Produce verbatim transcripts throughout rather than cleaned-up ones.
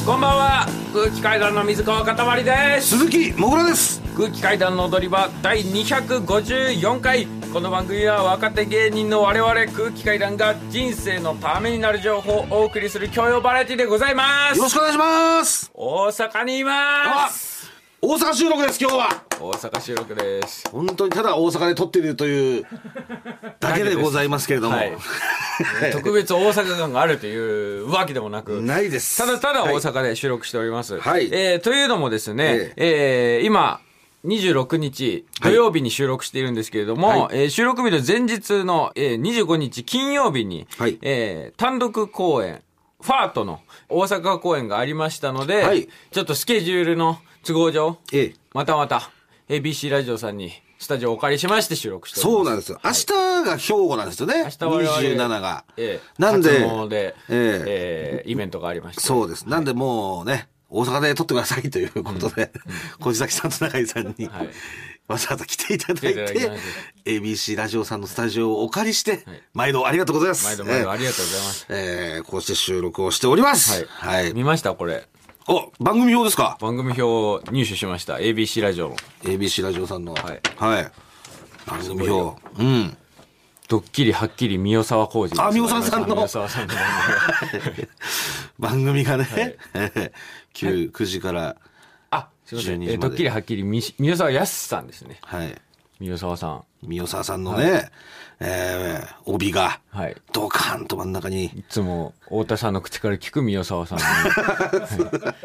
こんばんは。空気階段の水川かたまりです。 鈴木もぐらです。 空気階段の踊り場だいにひゃくごじゅうよんかい。この番組は若手芸人の我々空気階段が人生のためになる情報をお送りする教養バラエティでございます。 よろしくお願いします。 大阪にいます。 大阪収録です。今日は大阪収録です。 本当にただ大阪で撮っているというだけでございますけれども、はい、 特別大阪感があるというわけでもなくないです。 ただただ大阪で収録しております、 はい。 えー、というのもですね、えーえー、今にじゅうろくにち土曜日に収録しているんですけれども、はい、えー、収録日の前日の、えー、にじゅうごにち金曜日に、はい、えー、単独公演ファートの大阪公演がありましたので、はい、ちょっとスケジュールの都合上、ええ、またまた エービーシー ラジオさんにスタジオをお借りしまして収録しております。 そうなんですよ。明日が兵庫なんですよね。 明日我々 にじゅうしちが、 ええ、 なんで、 で、えええー、イベントがありまして、 そうです。なんでもうね、大阪で撮ってくださいということで、小路崎さんと中井さんに、はい、わざわざ来ていただいて、エービーシー ラジオさんのスタジオをお借りして、はい、毎度ありがとうございます。 毎度毎度ありがとうございます。 えー、こうして収録をしております。 はい。はい、見ましたこれ。 お、番組表ですか。 番組表を入手しました。エービーシー ラジオの。 エービーシー ラジオさんの。はい。はい。番組表。うん。 ドッキリはっきり宮沢浩二。 あ、宮沢さんの。 宮沢さんの番組がね、はい、きゅう、くじから。 あ、すいません。えー、ドッキリはっきり宮沢康さんですね。 はい。 宮沢さん。 宮沢さんのね、はい、えー、帯が、はい、ドカンと真ん中に。 いつも太田さんの口から聞く宮沢さんの、はい、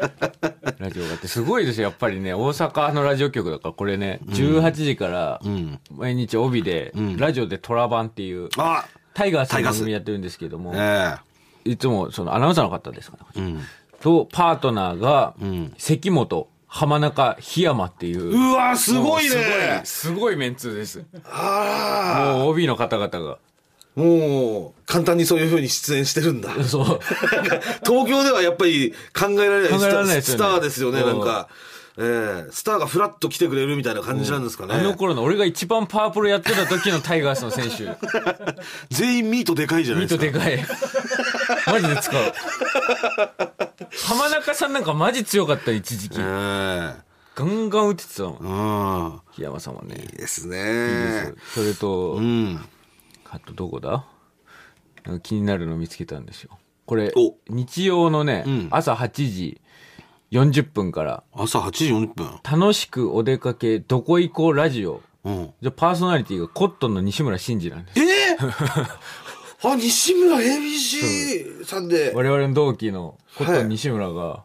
ラジオがあって、すごいですよ、やっぱりね、大阪のラジオ局だから、これね、じゅうはちじから毎日帯で、うん、ラジオでトラバンっていう、あタイガースの番組やってるんですけども、えー、いつもそのアナウンサーの方ですから、ね、うん、と、パートナーが、うん、関本、浜中、檜山っていう。 うわ、すごいね。 すごい、すごいメンツです。ああ。もう オービー の方々が。 もう、簡単にそういう風に出演してるんだ。そう。東京ではやっぱり考えられないスターですよね。スターですよね、なんか。えー、スターがフラッと来てくれるみたいな感じなんですかね。 あの頃の俺が一番パワープロやってた時のタイガースの選手。 全員ミートでかいじゃないですか。 ミートでかい。マジで使う。浜中さんなんかマジ強かった一時期。えー、ガンガン打ってたもん。檜山さんはね。 いいですね。 いいです。それと、うん、あとどこだ？気になるの見つけたんですよ。これ日曜のね、うん、朝はちじよんじゅっぷんから朝はちじよんじゅっぷん楽しくお出かけどこ行こうラジオ、うん、じゃパーソナリティがコットンの西村真二なんです。 えー、あ西村 エービーシー さんで我々の同期のコットン西村が、はい、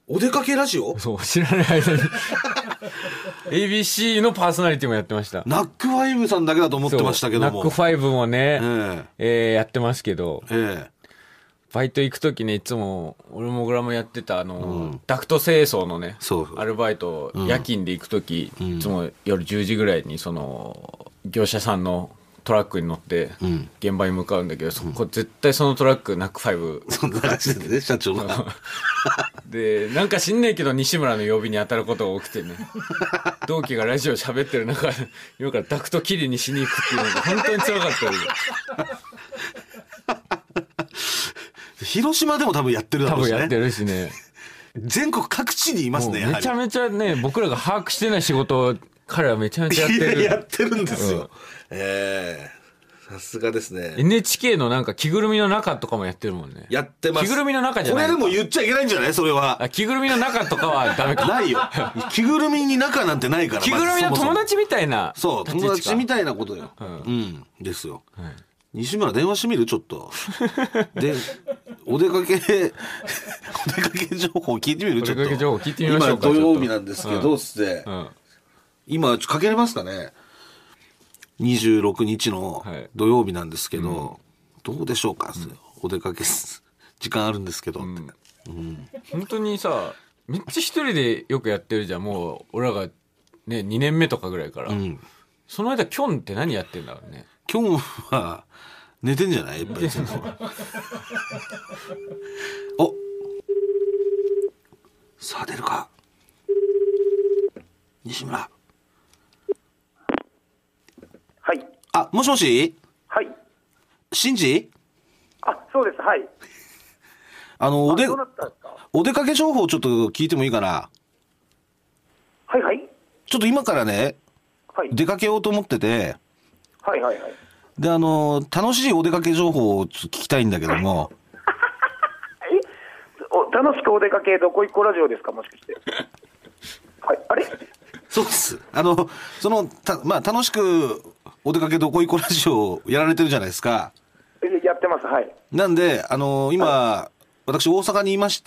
お出かけラジオそう知らない間にエービーシー のパーソナリティもやってました。 ナックファイブさんだけだと思ってましたけどもナックファイブもね、えーえー、やってますけど、えーバイト行くときね、いつも俺もグラムやってたあの、うん、ダクト清掃のねアルバイト、うん、夜勤で行くとき、うん、いつも夜じゅうじぐらいにその業者さんのトラックに乗って現場に向かうんだけど、うん、そこ絶対そのトラックナックファイブそんな感じでね社長がでなんか知んねえけど西村の曜日に当たることが起きてね同期がラジオ喋ってる中今からダクトきれいにしに行くっていうのが本当に辛かったです広島でも多分やってるだろうしね。 多分やってるしね。 全国各地にいますね。 めちゃめちゃね、僕らが把握してない仕事を彼はめちゃめちゃやってる。 やってるんですよ。うん、ええー、さすがですね。 エヌエイチケー のなんか着ぐるみの中とかもやってるもんね。 やってます。 着ぐるみの中じゃない。 これでも言っちゃいけないんじゃないそれは。 あ、着ぐるみの中とかはダメか。 ないよ。着ぐるみに中なんてないから。 着ぐるみの友達みたいな。 そう、友達みたいなことよ。うん、うん、ですよ。はい、西村電話してみるちょっとでお出かけお出かけ情報聞いてみるちょっと。お出かけ情報聞いてみましょうか。今土曜日なんですけど、うん、つって、うん、今かけれますかね。にじゅうろくにちの土曜日なんですけど、はい、どうでしょうか、うん、お出かけ時間あるんですけど、うんうん、本当にさめっちゃ一人でよくやってるじゃん。もう俺らがねにねんめとかぐらいから、うん、その間キョンって何やってんだろうね。 キョンは寝てんじゃないやっぱりおさあ出るか西村。 はい。 あ、もしもし。 はい。 シンジ。 あ、そうです。はい。 あのおでお出かけ情報ちょっと聞いてもいいかな。 はいはい。 ちょっと今からね、はい、出かけようと思ってて、 はいはいはい。 で、あの、楽しいお出かけ情報を聞きたいんだけども。 えお楽しくお出かけどこ行こラジオですか、もしかして。はい、あれそうです。あの、その、たまあ、楽しくお出かけどこ行こラジオやられてるじゃないですか。 やってます、はい。 なんで、あの、今、はい、私大阪にいまして、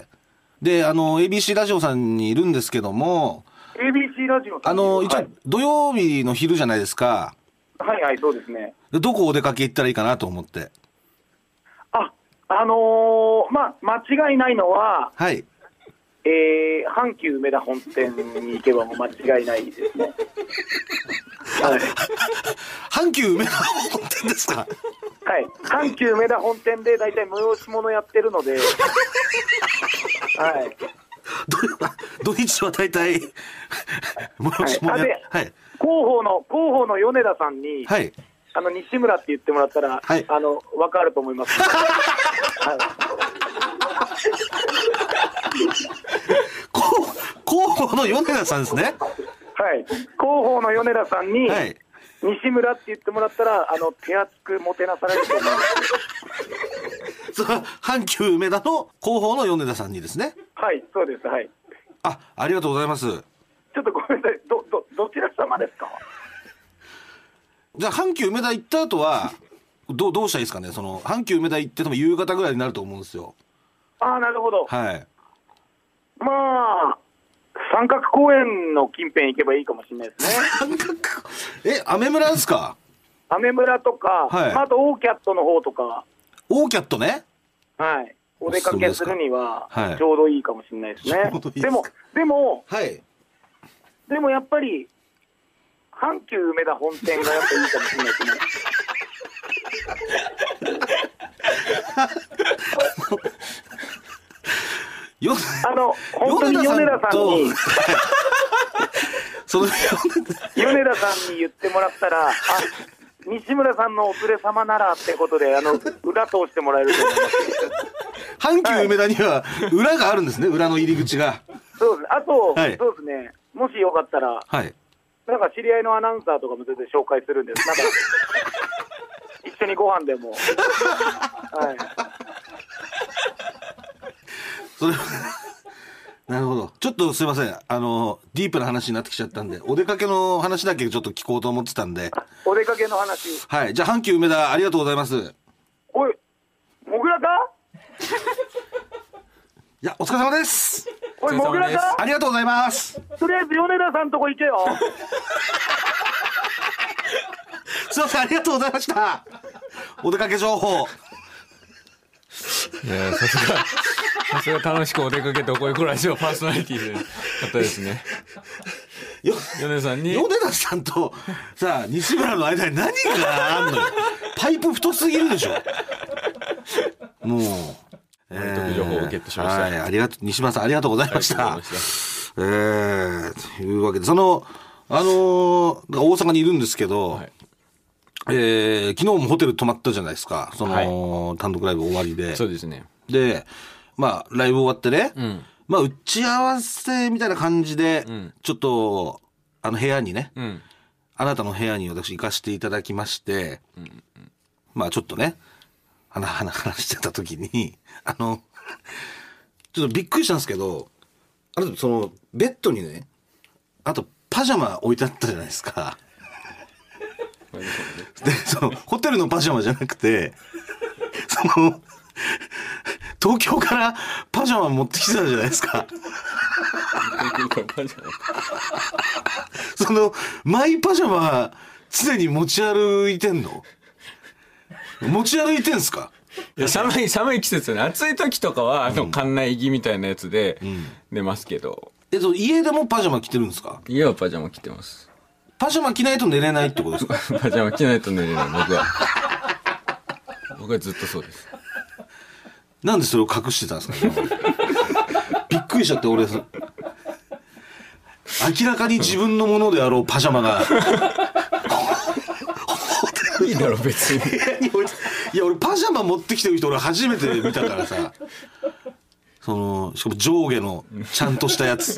で、あの、エービーシー ラジオさんにいるんですけども、 エービーシー ラジオさんあの、一応、土曜日の昼じゃないですか。 はいはい、そうですね。 で、どこお出かけ行ったらいいかなと思って。 あ、あのー、まあ、間違いないのは、 はい。 えー、阪急梅田本店に行けばもう間違いないですね。はい。 阪急梅田本店ですか？ はい。阪急梅田本店で大体催し物やってるので、はい。 土日は大体、催し物や、はい。 広報の、広報の米田さんに、 はい。 あの、西村って言ってもらったら、はい、あの、わかると思います。はい。 広報の米田さんですね。 はい。広報の米田さんに、はい、西村って言ってもらったら、あの、手厚くもてなされると思います。 それは阪急梅田の広報の米田さんにですね。 はい、そうです。はい。 あ、ありがとうございます。ちょっとごめんなさい。ど、ど、どちら様ですか？ じゃあ阪急梅田行った後はどう、どうしたらいいですかね。その阪急梅田行って多分夕方ぐらいになると思うんですよ。 ああ、なるほど。 はい。 まあ、三角公園の近辺行けばいいかもしれないですね。 三角え、アメ村ですか？ アメ村とか、はい、あとオーキャットの方とか。 オーキャットね。 はい。お出かけするにはちょうどいいかもしれないですね。はい、でも、でも、 はい、 でもやっぱり、阪急梅田本店がやっぱいいかもしれないですね。 よあの、本当に米田さんに、 その米田さんに言ってもらったら、あ、西村さんのお連れ様ならってことで、あの、裏通してもらえると思います。 阪急梅田には裏があるんですね、裏の入り口が。 そうですね。あと、はい、そうですね。もしよかったら、 はい、 なんか知り合いのアナウンサーとかも全然紹介するんです。なんか、一緒にご飯でも。はい。 それなるほど。ちょっとすいません。あの、ディープな話になってきちゃったんで、お出かけの話だけちょっと聞こうと思ってたんで。 お出かけの話。 はい。じゃあ、阪急梅田ありがとうございます。 おい、もぐらか？ いや、お疲れ様です。 おい、もぐらか？ ありがとうございます。 とりあえず米田さんとこ行けよ。 すいません、ありがとうございました。お出かけ情報。 いや、さすが、さすが楽しくお出かけどこ行くラジオパーソナリティで方ですね。 よ、 米田さんに。 米田さんとさあ、西村の間に何があんのよ。パイプ太すぎるでしょ。もう。 えー、情報をゲットしました。 はい、ありがとう、西村さんありがとうございました。えー、というわけで、その、あのー、大阪にいるんですけど、はい、えー、昨日もホテル泊まったじゃないですか。その、はい、単独ライブ終わりで。 そうですね。 で、まあ、ライブ終わってね、 うん、 まあ、打ち合わせみたいな感じで、うん、ちょっと、あの部屋にね、うん、あなたの部屋に私行かせていただきまして、うんうん、まあ、ちょっとね、話、話してた時に、あの、ちょっとびっくりしたんですけど、あの、その、ベッドにね、あと、パジャマ置いてあったじゃないですか。で、その、ホテルのパジャマじゃなくて、その、東京からパジャマ持ってきてたじゃないですか。その、マイパジャマ、常に持ち歩いてんの？持ち歩いてんすか？ いや、寒い、寒い季節ね。暑い時とかは、あの、館内着みたいなやつで寝ますけど。 うん、えっと、家でもパジャマ着てるんですか？ 家はパジャマ着てます。 パジャマ着ないと寝れないってことですか？ パジャマ着ないと寝れない、僕は。僕はずっとそうです。 なんでそれを隠してたんですかね？びっくりしちゃって、俺。明らかに自分のものであろうパジャマが。 いいだろ別に。 いや俺パジャマ持ってきてる人俺初めて見たからさ、 そのしかも上下のちゃんとしたやつ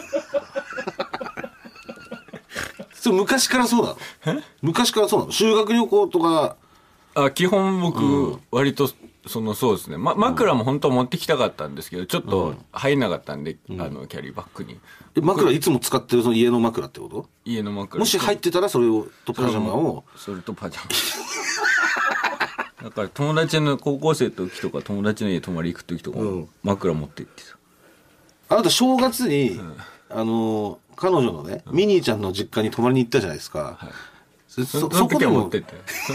それ昔からそうなの？昔からそうなの？修学旅行とか。 あ、基本僕、うん、割とそのそうですね、ま、枕も本当は持ってきたかったんですけどちょっと入んなかったんで、うん、あのキャリーバッグに。 枕いつも使ってるその家の枕ってこと？ 家の枕。 もし入ってたらそれをとパジャマを。 それとパジャマだから友達の高校生の時とか友達の家泊まり行く時とか枕持って行ってた。あなた正月に、うん、あの彼女のね、うん、ミニーちゃんの実家に泊まりに行ったじゃないですか、はい、 そ, そ, そこでも持ってって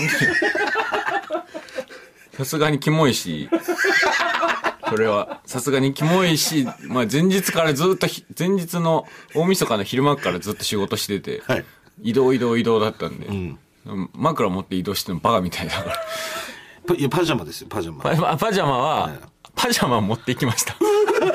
さすがにキモいしそれはさすがにキモいし、まあ、前日からずっと前日の大晦日の昼間からずっと仕事してて、はい、移動移動移動だったんで、うん、枕持って移動してるのバカみたいだからパ, いやパジャマですよパジャマパ, パジャマは、はい、パジャマ持っていきました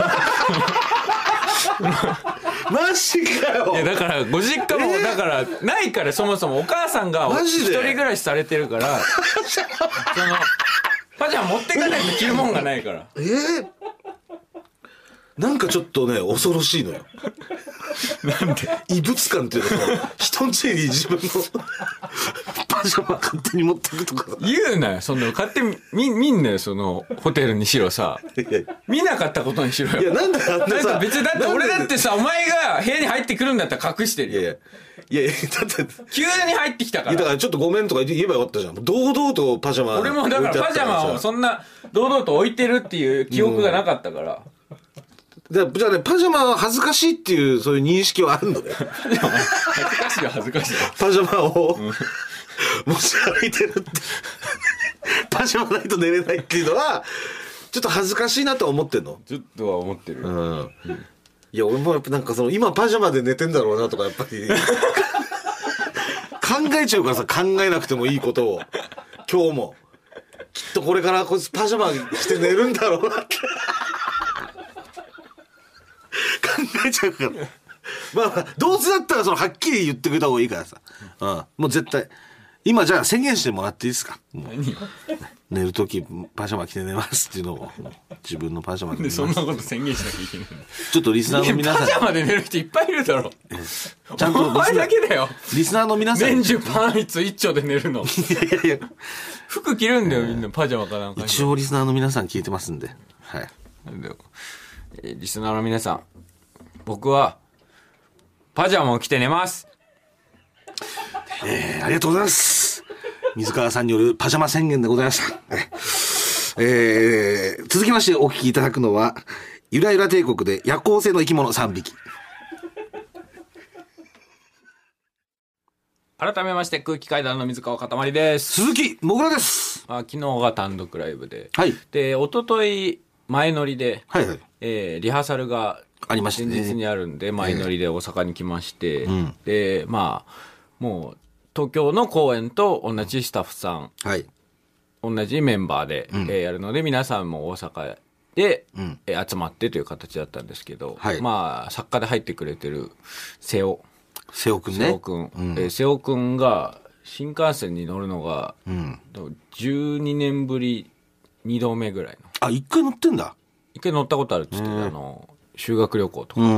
マジかよ。 いやだからご実家もだからないから、そもそもお母さんが一人暮らしされてるからそのパジャマ持ってかないと着るもんがないから。 えー、なんかちょっとね恐ろしいのよ。 なんで異物感っていうのは人んちに自分のパジャマ勝手に持ってくとか言うなよ。そんな勝手に 見, 見んなよ。そのホテルにしろさ見なかったことにしろよ。 いやなんであんなさ別にだって俺だってさお前が部屋に入ってくるんだったら隠してるよ。 いやいやいやいやだって急に入ってきたから。 いやだからちょっとごめんとか言えばよかったじゃん。堂々とパジャマ。 俺もだからパジャマをそんな堂々と置いてるっていう記憶がなかったから、 うん、じゃあ、じゃあね、パジャマは恥ずかしいっていうそういう認識はあるのね。 恥ずかしいよ恥ずかしいよ。 パジャマを、うん、持ち歩いてるってパジャマないと寝れないっていうのはちょっと恥ずかしいなとは思ってんの。 ちょっとは思ってる、うんうん、 いや俺もやっぱなんかその今パジャマで寝てんだろうなとかやっぱり考えちゃうからさ、考えなくてもいいことを今日もきっとこれからこいつパジャマ着て寝るんだろうなって考えちゃうからまあどうせだったらそのはっきり言ってくれた方がいいからさ、うん、もう絶対今じゃあ宣言してもらっていいですか。もう寝るときパジャマ着て寝ますっていうのを自分のパジャマで寝ます。 そんなこと宣言しなきゃいけない。 ちょっとリスナーの皆さんパジャマで寝る人いっぱいいるだろ。ちゃんとお前だけだよ。 リスナーの皆さん年中パンツ一丁で寝るの。いやいやいや服着るんだよみんなパジャマかなんか。 一応リスナーの皆さん聞いてますんで、はい。 リスナーの皆さん、僕はパジャマを着て寝ます。 えー、ありがとうございます。水川さんによるパジャマ宣言でございました。えー、続きましてお聞きいただくのはゆらゆら帝国で夜行性の生き物さんびき。 改めまして空気階段の水川かたまりです。 鈴木もぐらです。 あ、昨日が単独ライブで、 はい、 で一昨日前乗りで、 はいはい、 えー、リハーサルがありましたね。 前日にあるんで前乗りで大阪に来まして、えーうん、でまあもう東京の公演と同じスタッフさん、 はい、 同じメンバーで、うんえー、やるので皆さんも大阪で、うんえー、集まってという形だったんですけど、はい、まあ作家で入ってくれてる瀬尾瀬尾くんね。 瀬尾くん、うんえー、瀬尾くんが新幹線に乗るのが、うん、じゅうにねんぶりにどめぐらいの。 あ、一回乗ってんだ。 一回乗ったことあるって言って、うん、あの修学旅行とか、うん、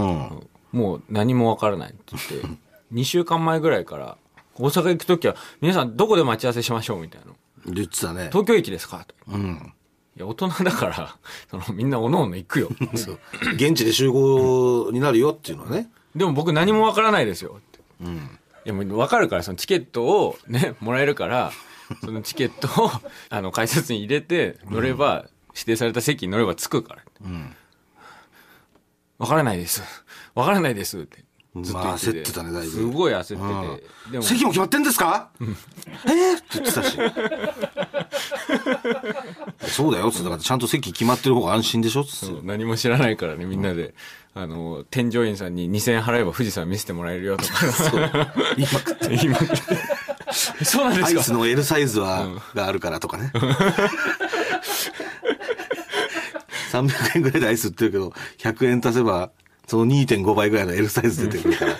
もう何もわからないって言ってにしゅうかんまえぐらいから大阪行くときは皆さんどこで待ち合わせしましょうみたいな言ってたね。 東京駅ですかと、 うん、 いや大人だからそのみんなおのおの行くよそう現地で集合になるよっていうのはね。 でも僕何もわからないですよって、 うん、 いやもう分かるからそのチケットをねもらえるからそのチケットをあの改札に入れて乗れば、うん、指定された席に乗れば着くから、うん、分からないです分からないですってずっと言ってて、まあ、焦ってたねだいぶ。すごい焦ってて、 うん、でも席も決まってんですかえー、って言ってたしそうだよってだからちゃんと席決まってる方が安心でしょって。 そう何も知らないからねみんなで、うん、あの添乗員さんににせんえん払えば富士山見せてもらえるよとか言いまくって言いまくってそうなんですか。 アイスの L サイズは、うん、があるからとかねさんびゃくえんぐらいでアイス売ってるけどひゃくえん足せばその にてんご 倍ぐらいの L サイズ出てくるから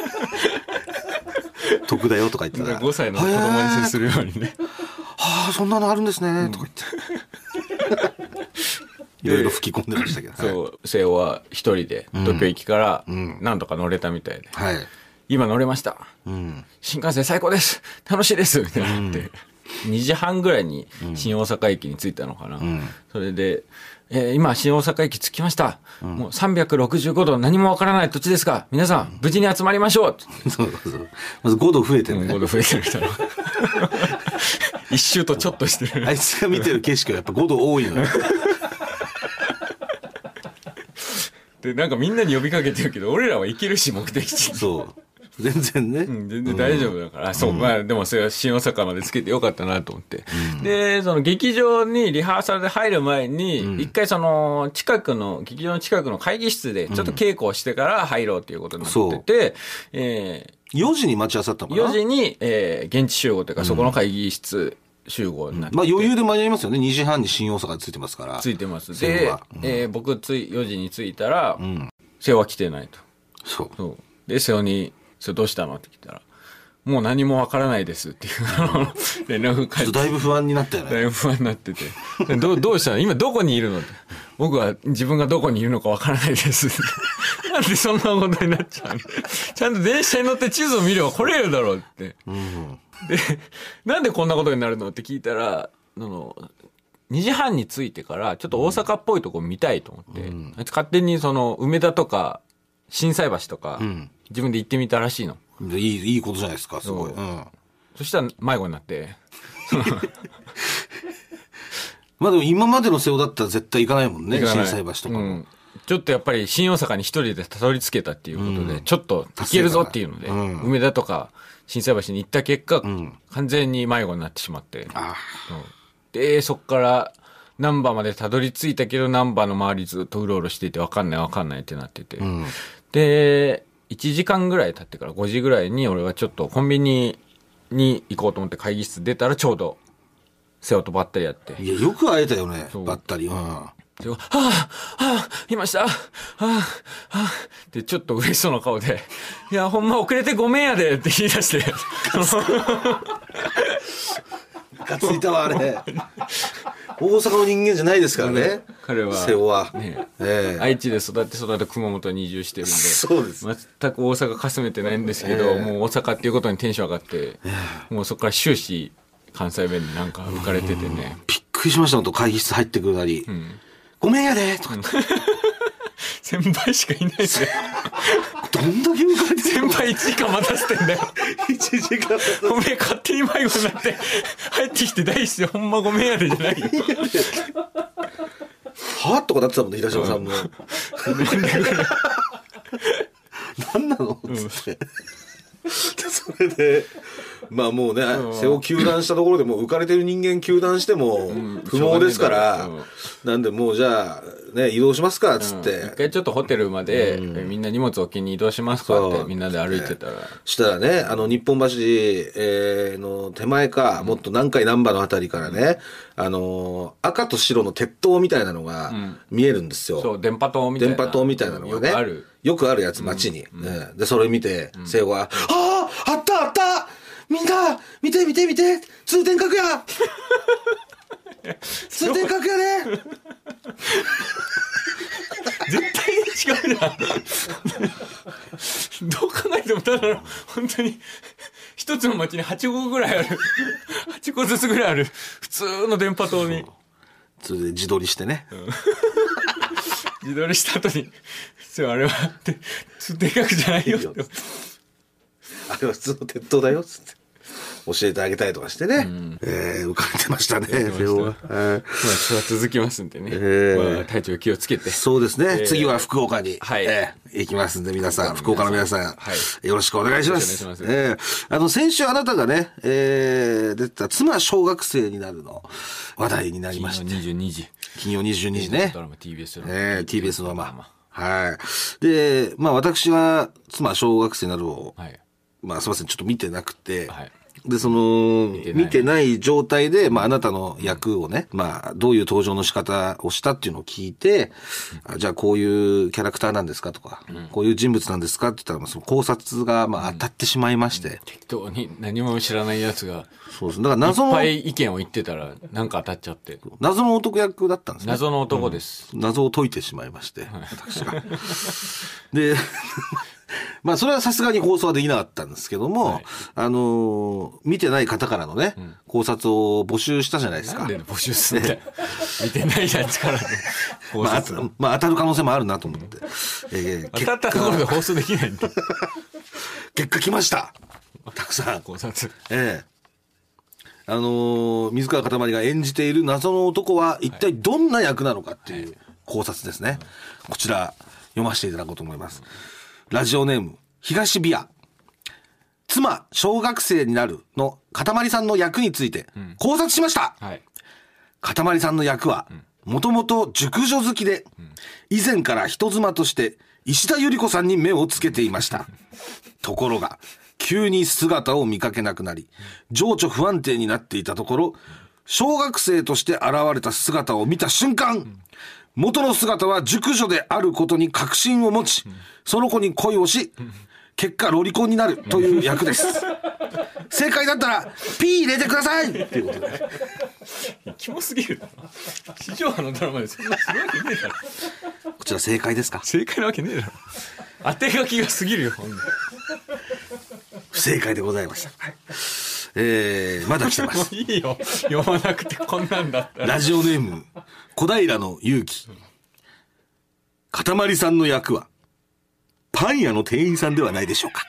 得だよとか言ってたらごさいの子供に接するようにねはあそんなのあるんですね、うん、とか言っていろいろ吹き込んでましたけど。 そう、瀬尾は一人で東京行きからなんとか乗れたみたいで。 はい。 今乗れました。うん、新幹線最高です。楽しいです。みたいなって。うん、にじはんぐらいに新大阪駅に着いたのかな。うん、それで、えー、今新大阪駅着きました。うん、もうさんびゃくろくじゅうごど何もわからない土地ですが、皆さん無事に集まりましょう。 そうそうそう。まずごど増えてるね。 ごど増えてるみたいな。一周とちょっとしてる。 あいつが見てる景色はやっぱごど多いのよ。 で、なんかみんなに呼びかけてるけど、俺らは行けるし、目的地に。 そう。全然ね。 うん、全然大丈夫だから。うん、そう、まあ、でもそれは新大阪までつけてよかったなと思って。うん、で、その劇場にリハーサルで入る前に、うん、一回その、近くの、劇場の近くの会議室で、ちょっと稽古をしてから入ろうということになってて、うん、えー、よじに待ち合わさったのかな ? よじに、えー、現地集合というか、そこの会議室、集合になって、 うん、まあ余裕で間に合いますよね。にじはんに新大阪ついてますから。 ついてます。で、うん、えー、僕ついよじに着いたら、うん、瀬尾は来てないと。 そう。 そうで、瀬尾に、それどうしたのって聞いたら、もう何もわからないですっていう連絡返って。 だいぶ不安になったよね。 だいぶ不安になってて。ど, どうしたの今どこにいるのって。僕は自分がどこにいるのかわからないです。なんでそんなことになっちゃうのちゃんと電車に乗って地図を見れば来れるだろうって。うん、で、なんでこんなことになるのって聞いたら、あの、にじはんに着いてからちょっと大阪っぽいとこ見たいと思って、うん、あいつ勝手にその梅田とか心斎橋とか、うん、自分で行ってみたらしいの。 いい、いいことじゃないですか、すごい。うん、 そしたら迷子になって。 まあでも今までの瀬尾だったら絶対行かないもんね、心斎橋とかも、うん。 ちょっとやっぱり新大阪に一人でたどり着けたっていうことで、うん、ちょっと行けるぞっていうので、うん、梅田とか心斎橋に行った結果、うん、完全に迷子になってしまって。あで、そっから難波までたどり着いたけど、難波の周りずっとうろうろしていて分かんない分かんないってなってて。うん、で、いちじかんぐらい経ってからごじぐらいに俺はちょっとコンビニに行こうと思って会議室出たらちょうど瀬尾とばったりやって。 いや、よく会えたよね、ばったり。うん。 はぁ、はぁ、はぁ、いました。はぁ、はぁ、ってちょっと嬉しそうな顔で、いや、ほんま遅れてごめんやでって言い出して。 ムカついたわ、あれ。大阪の人間じゃないですからね。 彼は。 瀬尾は、 ねえー。愛知で育って育って熊本に移住してるんで。 そうです。 全く大阪かすめてないんですけど、えー、もう大阪っていうことにテンション上がって、えー、もうそこから終始関西弁になんか浮かれててね。 びっくりしました、本当会議室入ってくるなり。うん、ごめんやでとか。 先輩しかいないですよ。 どんだけ浮かれてる先輩いちじかん待たせてんだよ。 いちじかん。 おめえ勝手に迷子になって入ってきて第一声ほんまごめんやでじゃないよ。 はぁとかなってたもんね、平島さんも。何なのつって。それで、まあもうね、瀬尾糾弾したところでもう浮かれてる人間糾弾しても不毛ですから、なんでもうじゃあね、移動しますかっつって。 一回ちょっとホテルまでみんな荷物置きに移動しますかってみんなで歩いてたら。 したらね、あの日本橋の手前か、もっと南海難波のあたりからね、あの赤と白の鉄塔みたいなのが見えるんですよ。 そう、電波塔みたいな。 電波塔みたいなのがね。よくある。よくあるやつ、街に。で、それ見て、瀬尾が、あああったあったみんな見て見て見て通天閣や通天閣やね絶対に違うなどう考えてもただの本当に一つの街にはちごうぐらいあるはちごずつぐらいある普通の電波塔にそれで自撮りしてね、うん、 自撮りした後にそうあれは通天閣じゃないよってあれは普通の鉄塔だよっつって教えてあげたりとかしてね、うん、えー、浮かれてましたね、瀬尾は。まあ、 続きますんでね、えーまあ、体調気をつけて。 そうですね、えー、次は福岡に、はいえー、行きますんで、皆さん、福岡の皆さん、はい、よろしくお願いします。ますえー、あの、先週あなたがね、えー、出てた妻小学生になるの話題になりまして。 金曜にじゅうにじ。 金曜にじゅうにじね。 ドラマ ティービーエス ドラマ。 えー、ティービーエス ドラマ。はい。で、まあ私は妻小学生などを、はい、まあすみません、ちょっと見てなくて、はい、 で、その、見てない、見てない状態で、まあ、あなたの役をね、まあ、どういう登場の仕方をしたっていうのを聞いて、うん、じゃあこういうキャラクターなんですかとか、うん、こういう人物なんですかって言ったら、その考察が、まあ、当たってしまいまして、うんうん。 適当に何も知らない奴が、 そうです。だから謎の、 いっぱい意見を言ってたら、なんか当たっちゃって。 謎の男役だったんですね。 謎の男です。 うん、謎を解いてしまいまして、はい、私が。で、まあそれはさすがに放送はできなかったんですけども、はい、あのー、見てない方からのね、うん、考察を募集したじゃないですか。 なんで募集すんだよ。見てないやつからの考察、 まあ、まあ当たる可能性もあるなと思って。 えー、当たったところで放送できないんで。 結果来ました。たくさん。 考察。 ええー、あのー、水川かたまりが演じている謎の男は一体どんな役なのかっていう考察ですね。はい、こちら読ませていただこうと思います。ラジオネーム、東ビア。妻、小学生になるのかたまりさんの役について考察しました。うん、はい、かたまりさんの役は、もともと熟女好きで、うん、以前から人妻として石田ゆり子さんに目をつけていました。ところが、急に姿を見かけなくなり、情緒不安定になっていたところ、小学生として現れた姿を見た瞬間、うん、元の姿は熟女であることに確信を持ち、その子に恋をし、結果ロリコンになるという役です。正解だったら P 入れてくださいっていうことで。 キモすぎる。地上波のドラマでそんなするわけねえだろ。 こちら正解ですか？ 正解なわけねえだろ。当て書きが過ぎるよ。 不正解でございました。えー、まだ来てます。 もういいよ。読まなくてこんなんだったら。 ラジオネーム小平の勇気。かたまりさんの役はパン屋の店員さんではないでしょうか。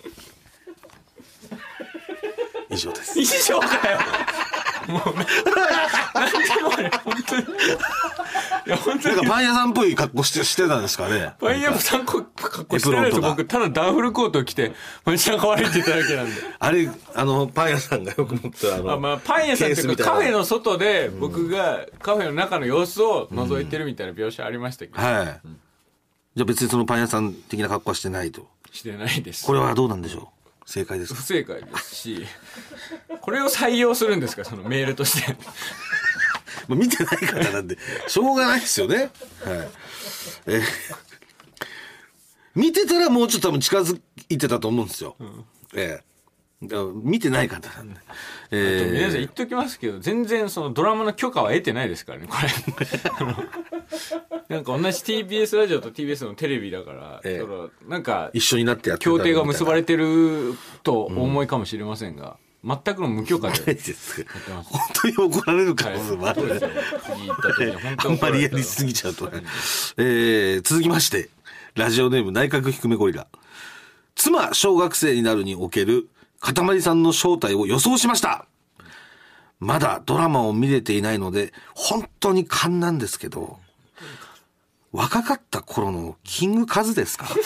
以上です。 以上かよ。もうね、なんでもね、本当に。いや本当になんかパン屋さんっぽい格好してしてたんですかね。 パン屋さん格好してないです。僕ただダンフルコートを着て街中歩いていただけなんで。 あれあのパン屋さんがよく持ってあのあ、まあ、パン屋さんっていうかカフェの外で僕がカフェの中の様子を覗いてるみたいな描写ありましたけど、 うん、はい、うん、じゃあ別にそのパン屋さん的な格好はしてないと。 してないです。 これはどうなんでしょう。正解ですか？ 不正解ですし、これを採用するんですか、そのメールとして。 見てない方なんでしょうがないですよね。はい、えー、見てたらもうちょっと多分近づいてたと思うんですよ。うん、えー、だから見てない方なんで。 えー、あと皆さん言っときますけど、全然そのドラマの許可は得てないですからね、これ。なんか同じ ティービーエス ラジオと ティービーエス のテレビだから、えー、そのなんか一緒になってやってた協定が結ばれてるとお思いかもしれませんが、うん、全くの無許可でやってます。本当に怒られる可能性もあるね。あんまりやりすぎちゃうとね。えー、続きまして、ラジオネーム内閣低めゴリラ。妻小学生になるにおけるかたまりさんの正体を予想しました。まだドラマを見れていないので本当に勘なんですけど、若かった頃のキングカズですか？という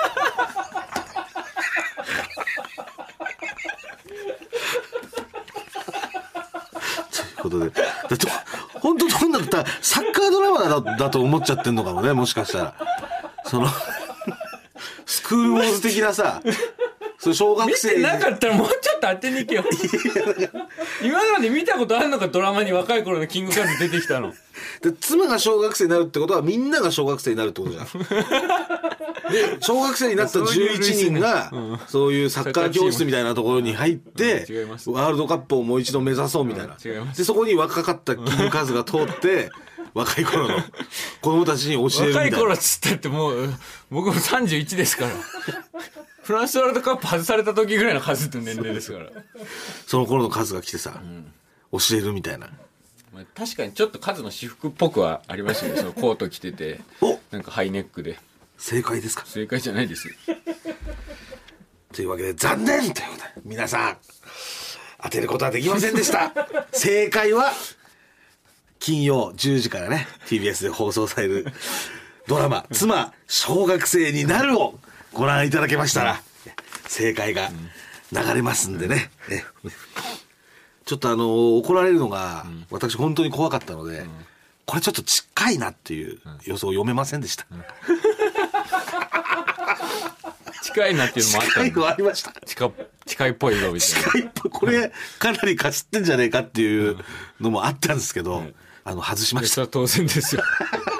ことで、だって本当どんなだったらサッカードラマだ、だと思っちゃってんのかもね、もしかしたら。そのスクールウォーズ的なさ、そ小学生見てなかったらもうちょっと当てに行けよ。今まで見たことあるのか、ドラマに若い頃のキングカズ出てきたの。 で妻が小学生になるってことはみんなが小学生になるってことじゃん。で小学生になったじゅういちにんがそういうサッカー教室みたいなところに入ってワールドカップをもう一度目指そうみたいな、でそこに若かったキングカズが通って若い頃の子供たちに教えるみたいな。 若い頃っつったってもう僕もさんじゅういちですから。フランスワールドカップ外された時ぐらいの数って年齢ですから。 その頃の数が来てさ、うん、教えるみたいな。 まあ、確かにちょっと数の私服っぽくはありましたけど、そのコート着ててなんかハイネックで。 正解ですか？ 正解じゃないですよ。 というわけで残念ということで皆さん当てることはできませんでした。正解は金曜じゅうじからね ティービーエス で放送されるドラマ妻小学生になるをご覧いただけましたら正解が流れますんでね、うん、えちょっとあの怒られるのが私本当に怖かったので、うん、これちょっと近いなっていう予想を読めませんでした、うんうん、 近いなっていうのもあった近いのありました。 近近司会っぽいぞみたいな。 司会っぽい。これ、かなりかすってんじゃねえかっていうのもあったんですけど、うん、あの、外しました。 それは当然ですよ。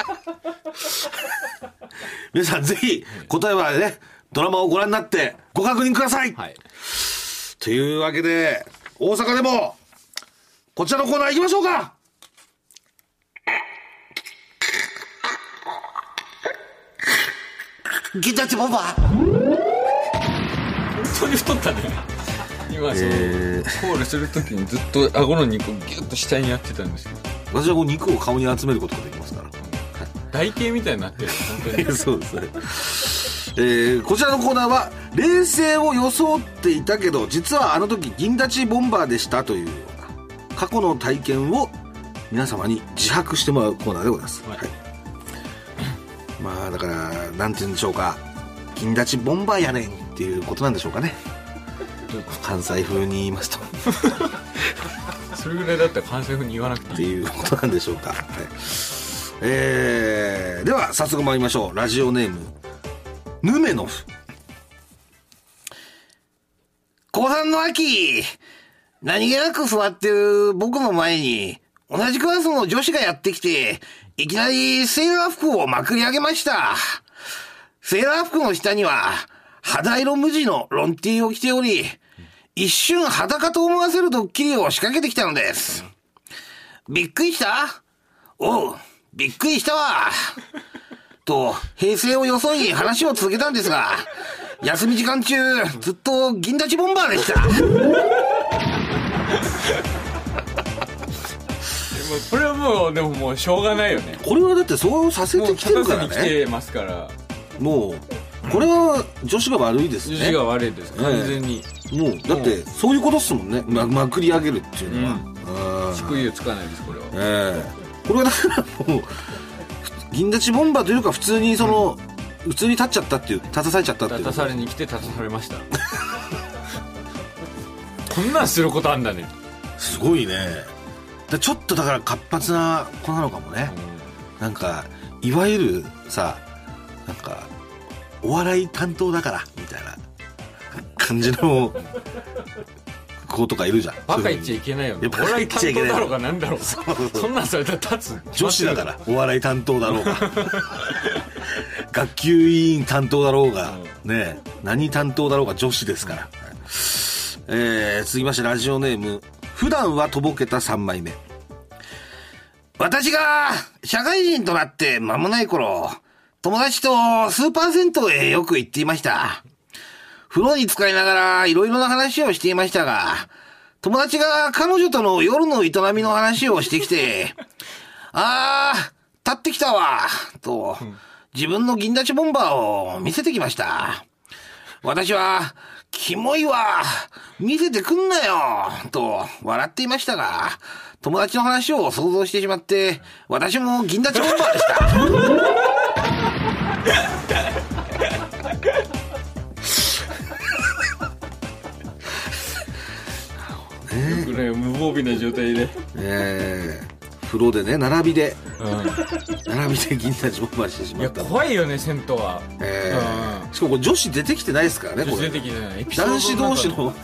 皆さんぜひ、答えはね、ドラマをご覧になってご確認ください。はい。というわけで、大阪でも、こちらのコーナー行きましょうか。銀立ちボンバー。 本当に太ったね。今、その、えー、コールするときにずっと顎の肉をギュッと下にやってたんですけど。 私はこう肉を顔に集めることができますから。 台形みたいになってる。本当に。 そうですね。えー、こちらのコーナーは冷静を装っていたけど実はあの時銀立ちボンバーでしたというような過去の体験を皆様に自白してもらうコーナーでございます、はいはい、まあだからなんて言うんでしょうか、銀立ちボンバーやねんっていうことなんでしょうかね。関西風に言いますとそれぐらいだったら関西風に言わなくていいっていうことなんでしょうか、はい。えー、では早速参りましょう。ラジオネームヌメノフ。後半の秋、何気なく座ってる僕の前に同じクラスの女子がやってきていきなりセーラー服をまくり上げました。セーラー服の下には肌色無地のロンティーを着ており、一瞬裸と思わせるドッキリを仕掛けてきたのです。びっくりした?おう、びっくりしたわと平静を装い話を続けたんですが、休み時間中ずっと銀立ちボンバーでした。 これはもうでももうしょうがないよね。 これはだってそうさせてきてるからね。 もう立たせに来てますから。 もうこれは女子が悪いですね。 女子が悪いです、完全に、 えー、もうだってそういうことっすもんね、ま、まくり上げるっていうのは、 しくいをつかないです、これは。 えー、これはだからもう銀立ちボンバーというか普通にその、うん、普通に立っちゃったっていう、立たされちゃったっていう。 立たされに来て立たされましたこんなんすることあんだね。 すごいね。だちょっとだから活発な子なのかもね、うん、なんかいわゆるさ、なんかお笑い担当だからみたいな感じの子とかいるじゃん。 バカ言っちゃいけないよね。お笑い担当だろうがなんだろう。そうそうそう、そんなんされたら立つ。 女子だからお笑い担当だろうが学級委員担当だろうが、うん、ね、何担当だろうが女子ですから、うん、えー、続きましてラジオネーム普段はとぼけたさんまいめ。私が社会人となって間もない頃、友達とスーパー銭湯へよく行っていました。風呂に浸かりながらいろいろな話をしていましたが、友達が彼女との夜の営みの話をしてきて、あー、立ってきたわ、と自分の銀立ちボンバーを見せてきました。私は、キモいわ、見せてくんなよ、と笑っていましたが、友達の話を想像してしまって、私も銀立ちボンバーでしたよくね、無防備な状態で、 えー、風呂でね、並びで、うん、並びで銀立ちボンバーしてしまった。 いや怖いよね、銭湯は、 えーうん、しかもこれ女子出てきてないですからね。 女子出てきてない、 男子同士の、うん、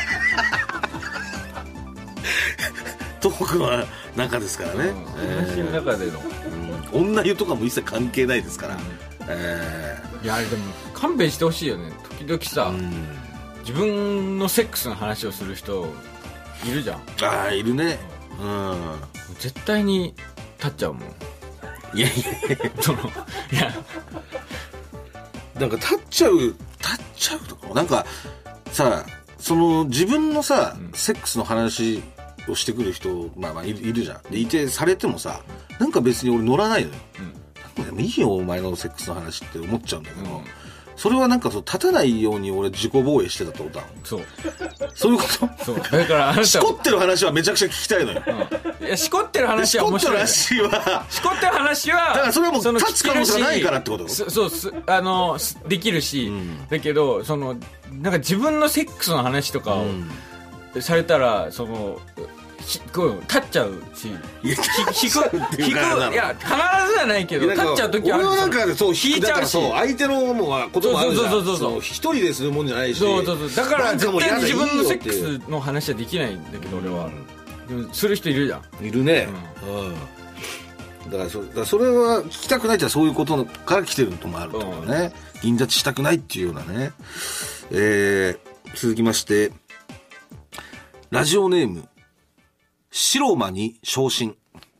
トークの中ですからね、うん、 えー、の中での、 うん、女湯とかも一切関係ないですから、うん、 えー、いやあれでも勘弁してほしいよね。時々さ、うん、自分のセックスの話をする人いるじゃん。 ああ、いるね、うん、 絶対に立っちゃうもん。 いやいやいやそのいやなんか立っちゃう立っちゃうとかなんかさ、その自分のさ、うん、セックスの話をしてくる人、まあまあいる、いるじゃん。でいてされてもさ、なんか別に俺乗らないのよ、うん、なんかでもいいよお前のセックスの話って思っちゃうんだけど、うん、それはなんかそう立たないように俺自己防衛してたってことだ。 そうそういうことそうだからあなたしこってる話はめちゃくちゃ聞きたいのよ、 うん、いやしこってる話は面白い。 しこってる話はしこってる話はだからそれはもう立つ可能性がないからってこと。 そそうすあのできるし、うん、だけどそのなんか自分のセックスの話とかを、うん、されたらそのこう立っちゃうし、 いや引く引くいや必ずはないけど立っちゃう時はある。 俺はなんかそう引いちゃうし、 そう相手のもうこともあるじゃん。そうそうそうそう、一人でするもんじゃないし。 そうそうそう、だから絶対に自分のセックスの話はできないんだけど俺は、うん、する人いるじゃん。 いるね、うんうん、だから そ, だからそれは聞きたくないってそういうことから来てるのもあると思うね、うん、銀立ちしたくないっていうようなね。えー、続きましてラジオネーム白間に昇進。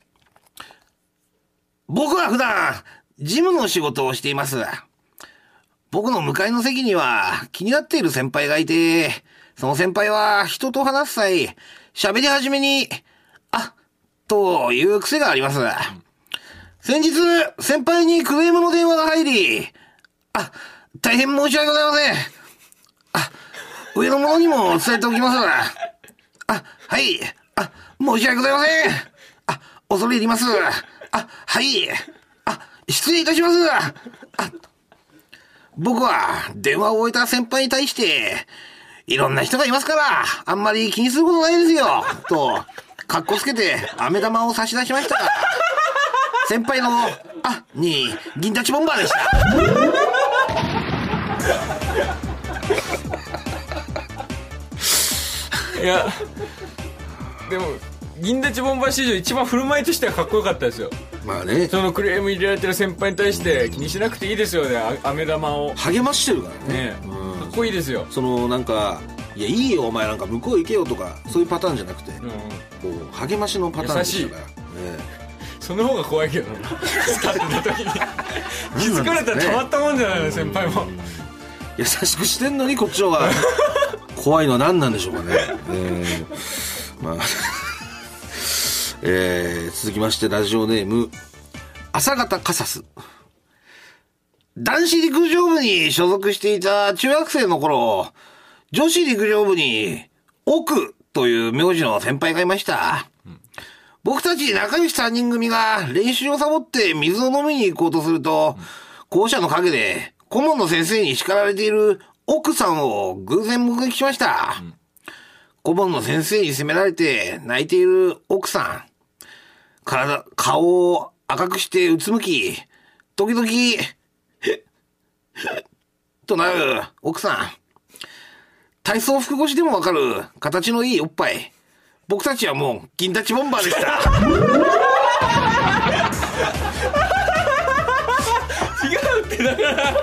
僕は普段事務の仕事をしています。僕の向かいの席には気になっている先輩がいて、その先輩は人と話す際喋り始めにあという癖があります。先日先輩にクレームの電話が入り、あ大変申し訳ございません、あ上の者にも伝えておきます。あはいあ申し訳ございません、あ恐れ入ります、あはいあ失礼いたします。あ僕は電話を終えた先輩に対していろんな人がいますからあんまり気にすることないですよとかっこつけて飴玉を差し出しましたが、先輩のあに銀立ちボンバーでした。 いやでも銀立ちボンバー史上一番振る舞いとしてはかっこよかったですよ。 まあね、 そのクレーム入れられてる先輩に対して気にしなくていいですよね、飴玉を励ましてるからね、 ね、うん、かっこいいですよ。 そのなんかいやいいよお前なんか向こう行けよとかそういうパターンじゃなくて、うん、こう励ましのパターンでしたから、ね、 その方が怖いけどなスタートの時に気づかれたらたまったもんじゃないの、ね、先輩も優しくしてんのにこっちの方が怖いのは何なんでしょうかね、えーまあえー、続きましてラジオネーム朝方カサス。男子陸上部に所属していた中学生の頃、女子陸上部に奥という名字の先輩がいました、うん、僕たち仲良しさんにん組が練習をサボって水を飲みに行こうとすると、うん、校舎の陰で顧問の先生に叱られている奥さんを偶然目撃しました、うん、顧問の先生に責められて泣いている奥さん、体顔を赤くしてうつむき時々となる奥さん、体操服越しでもわかる形のいいおっぱい、僕たちはもう銀立ちボンバーでした違うってだから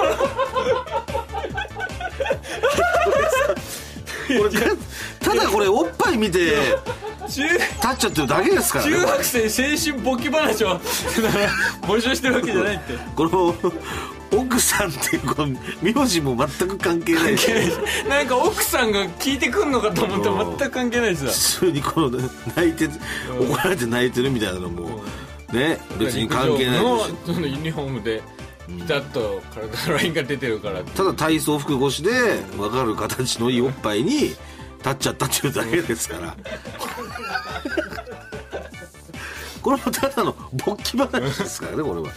これただこれおっぱい見て立っちゃってるだけですからね。 中学生青春勃起話を募集してるわけじゃないって。 この奥さんっていうこの名字も全く関係ないし、 なんか奥さんが聞いてくんのかと思ったら全く関係ないですよ。 普通にこの泣いて怒られて泣いてるみたいなのもね別に関係ないし、 そのユニフォームでピタッと体のラインが出てるから、 ただ体操服越しで分かる形のいいおっぱいに立っちゃったっていうだけですからこれもただの勃起話ですからねこれは。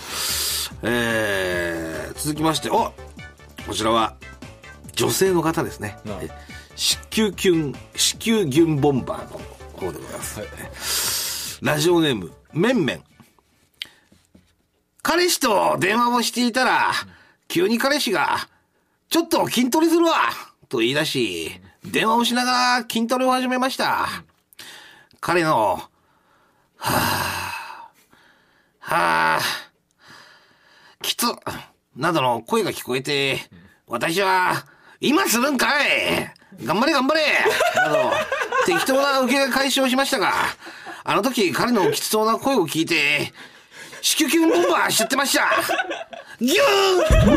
えー、続きましておこちらは女性の方ですね、子宮キュン子宮ギュンボンバーの方でございます、はい、ラジオネームめんめん。彼氏と電話をしていたら、急に彼氏が、ちょっと筋トレするわと言い出し、電話をしながら筋トレを始めました。彼の、はぁ、はぁ、きつ、などの声が聞こえて、私は、今するんかい頑張れ頑張れなど、適当な受け返しをしましたが、あの時彼のきつそうな声を聞いて、子宮キュンボンバー知ってました。ギュー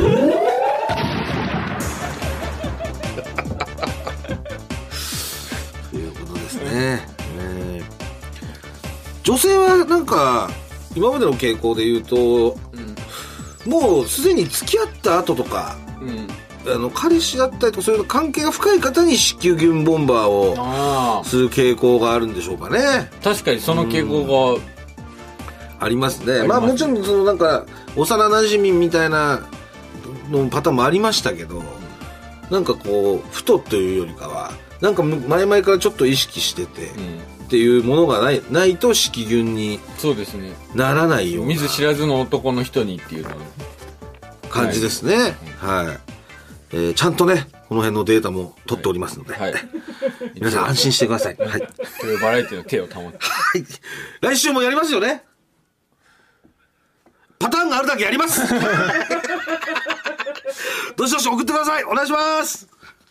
ということですね、えー、女性はなんか今までの傾向で言うと、うん、もうすでに付き合った後とか、うん、あの彼氏だったりとかそういう関係が深い方に子宮キュンボンバーをする傾向があるんでしょうかね。 確かにその傾向が、うんありますね。まあもちろんそのなんか幼馴染みたいなのパターンもありましたけど、なんかこうふとというよりかはなんか前々からちょっと意識してて、 っていうものがないないと式順にそうですねならないような見ず知らずの男の人にっていうの感じですね、はい、はい、えー、ちゃんとねこの辺のデータも取っておりますので、はいはい、皆さん安心してください、はい、 というバラエティの手を保って、 はい、来週もやりますよね。パターンがあるだけやりますどしどし送ってください。お願いします。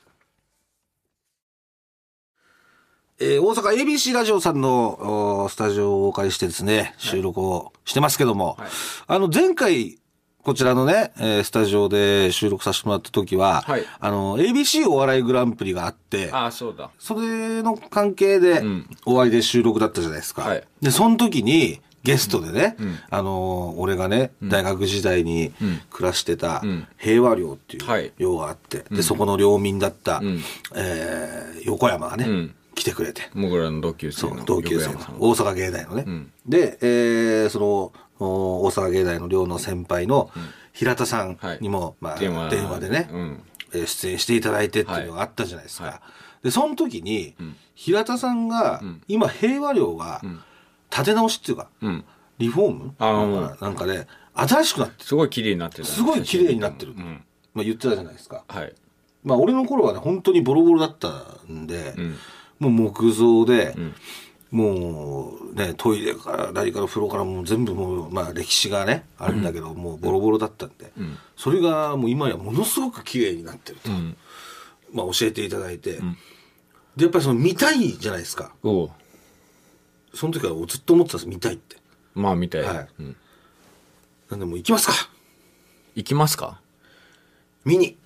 えー、大阪 エービーシー ラジオさんのスタジオをお借りしてですね、収録をしてますけども、はい、あの前回こちらのね、えー、スタジオで収録させてもらった時は、はい、あの エービーシー お笑いグランプリがあって、 あ、そうだ、 それの関係で終わりで収録だったじゃないですか、はい、でその時にゲストでね、うん、あのー、俺がね、うん、大学時代に暮らしてた平和寮っていう寮があって、うん、でそこの寮民だった、うん、えー、横山がね、うん、来てくれて、 僕らの同級生の同級生の大阪芸大のね、うん、で、えー、その大阪芸大の寮の先輩の平田さんにも、はい、まあ、電話、電話でね、うん、出演していただいてっていうのがあったじゃないですか、はいはい、でその時に、うん、平田さんが、うん、今平和寮が、うん、立て直しっていうか、うん、リフォームなんか、なんかね、新しくなってる。 すごい綺麗になってる、ね。 すごい綺麗になってる。うん、まあ言ってたじゃないですか。はい。まあ俺の頃はね、本当にボロボロだったんで、うん、もう木造で、うん、もうね、トイレから何から風呂からもう全部もう、まあ歴史がね、あるんだけど、うん、もうボロボロだったんで、うん、それがもう今やものすごく綺麗になってると。うん、まあ教えていただいて、うん、で、やっぱりその見たいじゃないですか。おその時はずっと思ってたんです、見たいって。 まあ見たい、はい、 うん、なんでもう行きますか。 行きますか。 見に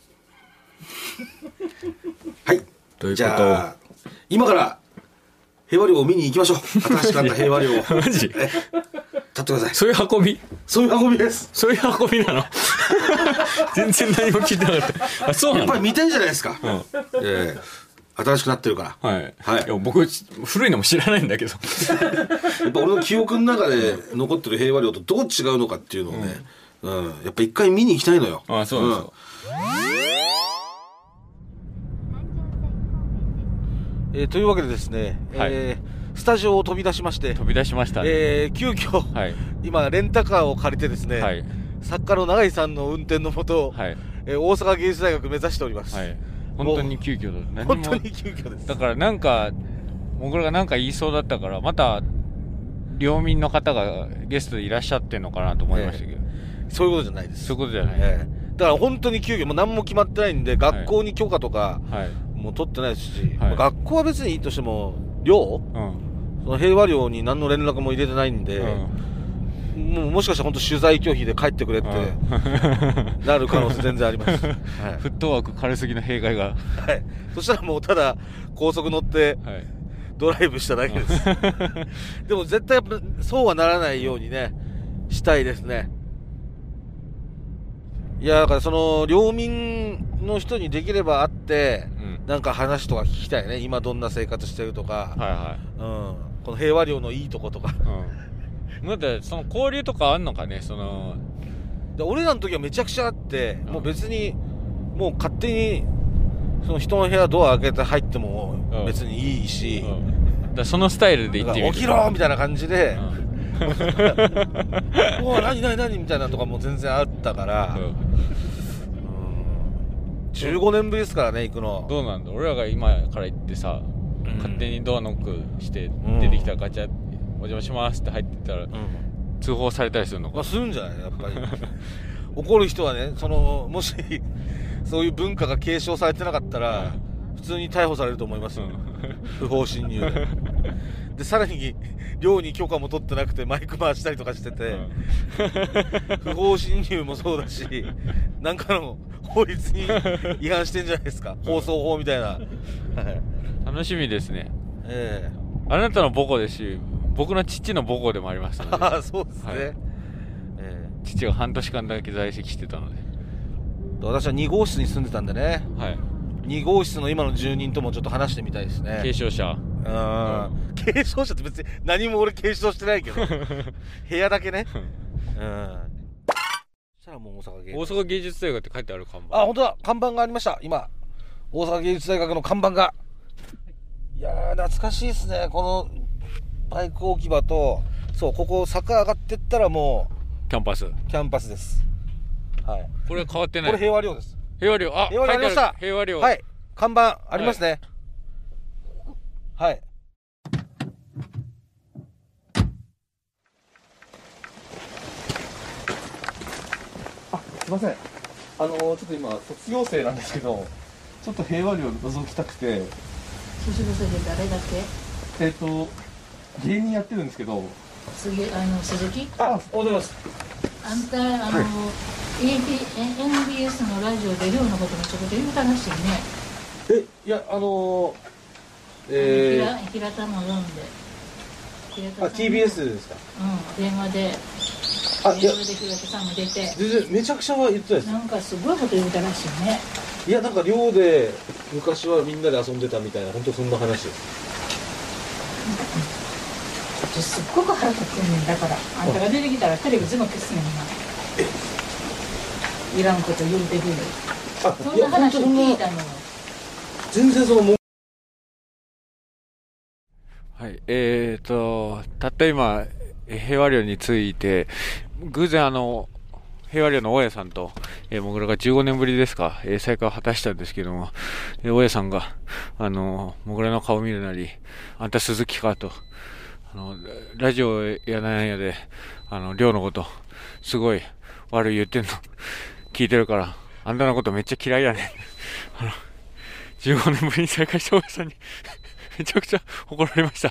はい。 どういうこと。 じゃあ今から平和寮を見に行きましょう。新しくなった平和寮をマジえ立ってください。 そういう運びそういう運びです。 そういう運びなの全然何も聞いてなかった。あ、そうなの。 やっぱり見たいじゃないですか、うん、えー新しくなってるから。 はい。はい。いや僕古いのも知らないんだけど。 やっぱ俺の記憶の中で残ってる平和寮とどう違うのかっていうのをね、うん、うん、やっぱ一回見に行きたいのよ。 ああ、そうなんですよ。 うん、えー、というわけでですね、はい、えー、スタジオを飛び出しまして飛び出しましたね。 えー、急遽、はい、今レンタカーを借りてですね、はい、作家の永井さんの運転のもと、はい、えー、大阪芸術大学目指しております。はい。 本当に急遽だ。本当に急遽です。 だからなんか僕らがなんか言いそうだったからまた領民の方がゲストでいらっしゃってんのかなと思いましたけど、 えー、そういうことじゃないです。 そういうことじゃない、 えー、だから本当に急遽もう何も決まってないんで、学校に許可とかもう取ってないですし、はいはい、まあ、学校は別にいいとしても寮、うん、その平和寮に何の連絡も入れてないんで、うん、もうもしかしたら本当取材拒否で帰ってくれってなる可能性全然あります、はい、 フットワーク軽すぎの弊害が、 はい、そしたらもうただ高速乗ってドライブしただけです、はい、でも絶対やっぱそうはならないようにねしたいですね。いやだからその領民の人にできれば会って、うん、なんか話とか聞きたいね。今どんな生活してるとか、はいはい、うん、この平和寮のいいとことか、 うん、だってその交流とかあんのかね。その俺らの時はめちゃくちゃあって、うん、もう別にもう勝手にその人の部屋ドア開けて入っても別にいいし、うんうん、だそのスタイルで行ってみる。 起きろみたいな感じで、うん、お何何何みたいなとかも全然あったから、うんうん、じゅうごねんぶりですからね行くの。 どうなんだ。俺らが今から行ってさ、うん、勝手にドアノックして出てきたらガチャってお邪魔しますって入ってったら、うん、通報されたりするのか。 まあ、するんじゃないやっぱり怒る人はね、そのもしそういう文化が継承されてなかったら、うん、普通に逮捕されると思いますよ、うん、不法侵入ででさらに寮に許可も取ってなくてマイク回したりとかしてて、うん、不法侵入もそうだしなんかの法律に違反してんじゃないですか、放送法みたいな楽しみですね。ええー、あなたの母校ですし僕の父の母校でもありましたので。 あそうですね、はい、 えー、父が半年間だけ在籍してたので。 私はに号室に住んでたんでね、はい、に号室の今の住人ともちょっと話してみたいですね。 継承者、 うん、継承者って別に何も俺継承してないけど部屋だけね、うん、そしたらもう大阪芸大阪芸術大学って書いてある看板。 あ本当だ、看板がありました。今大阪芸術大学の看板がいやー懐かしいですね。このバイク置き場と、そうここ坂上がってったらもうキャンパスキャンパスです。はい。 これは変わってない。 これ平和寮です。 平和寮、あ、 平和寮ありました。 平和寮、 はい、看板ありますね。はい、はい。あ、すいません。あのー、ちょっと今卒業生なんですけど、ちょっと平和寮覗きたくて。 卒業生で誰だっけ？えっと芸人やってるんですけど。 杉あの鈴木？ あ、おはようございます。 あんたあの、はい、エヌビーエス のラジオで寮のこともちょっと言うたらしいね。 え、いやあのー、えー、平, 平田も読んで。 あ、ティービーエス ですか？ うん、電話で。 あ、いや、 電話で平田さんも出て。 全然めちゃくちゃは言ってないです。 なんかすごいこと言うたらしいね。 いや、なんか寮で昔はみんなで遊んでたみたいな、本当そんな話です。 うん、すっごく腹立ってんねんだから、あんたが出てきたらテレビ全部消すねんな。いらんこと言うてくる。あ、そんな話を聞いたの。 全然そのもはい、えーと、たった今、平和寮について、偶然あの、平和寮の大家さんと、えー、もぐらがじゅうごねんぶりですか、えー、再会を果たしたんですけども、えー、大家さんが、あの、もぐらの顔を見るなり、あんた鈴木かと、あの、ラジオやなんやで、あの、寮のこと、すごい悪い言ってんの、聞いてるから、あんたのことめっちゃ嫌いやねん。あの、じゅうごねんぶりに再会した大家さんに、めちゃくちゃ怒られました。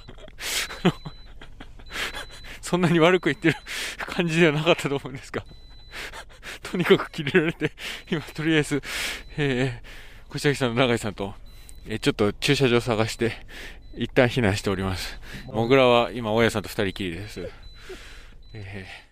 そんなに悪く言ってる感じではなかったと思うんですが、とにかくキレられて、今とりあえず、えー、小崎さんの永井さんと、えー、ちょっと駐車場探して、一旦避難しております。もぐらは今、大家さんと二人きりです。えー